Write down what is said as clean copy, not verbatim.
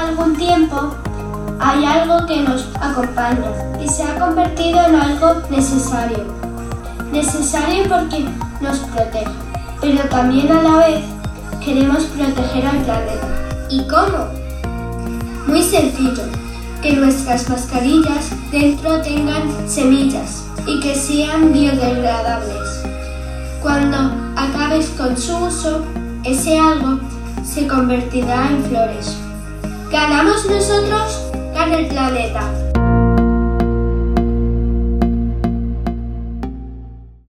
algún tiempo hay algo que nos acompaña y se ha convertido en algo necesario. Necesario porque nos protege, pero también a la vez queremos proteger al planeta. ¿Y cómo? Muy sencillo, que nuestras mascarillas dentro tengan semillas y que sean biodegradables. Cuando acabes con su uso, ese algo se convertirá en flores. ¿Ganamos nosotros? Gana el planeta.